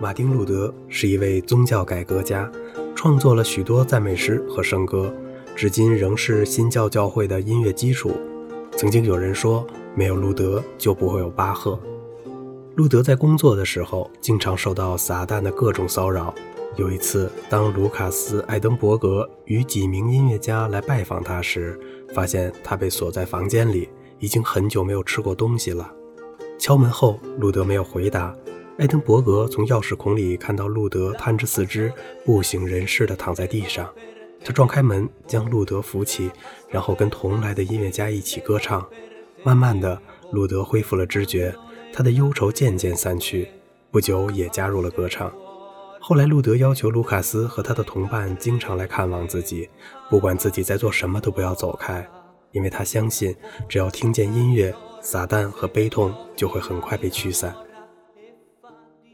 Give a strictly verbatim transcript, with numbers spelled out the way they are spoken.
马丁·路德是一位宗教改革家，创作了许多赞美诗和圣歌，至今仍是新教教会的音乐基础。曾经有人说，没有路德就不会有巴赫。路德在工作的时候，经常受到撒旦的各种骚扰。有一次，当卢卡斯·艾登伯格与几名音乐家来拜访他时，发现他被锁在房间里，已经很久没有吃过东西了。敲门后，路德没有回答。艾登伯格从钥匙孔里看到路德瘫着四肢，不省人事地躺在地上。他撞开门，将路德扶起，然后跟同来的音乐家一起歌唱。慢慢的，路德恢复了知觉，他的忧愁渐渐散去，不久也加入了歌唱。后来路德要求卢卡斯和他的同伴经常来看望自己，不管自己在做什么都不要走开，因为他相信只要听见音乐，撒旦和悲痛就会很快被驱散。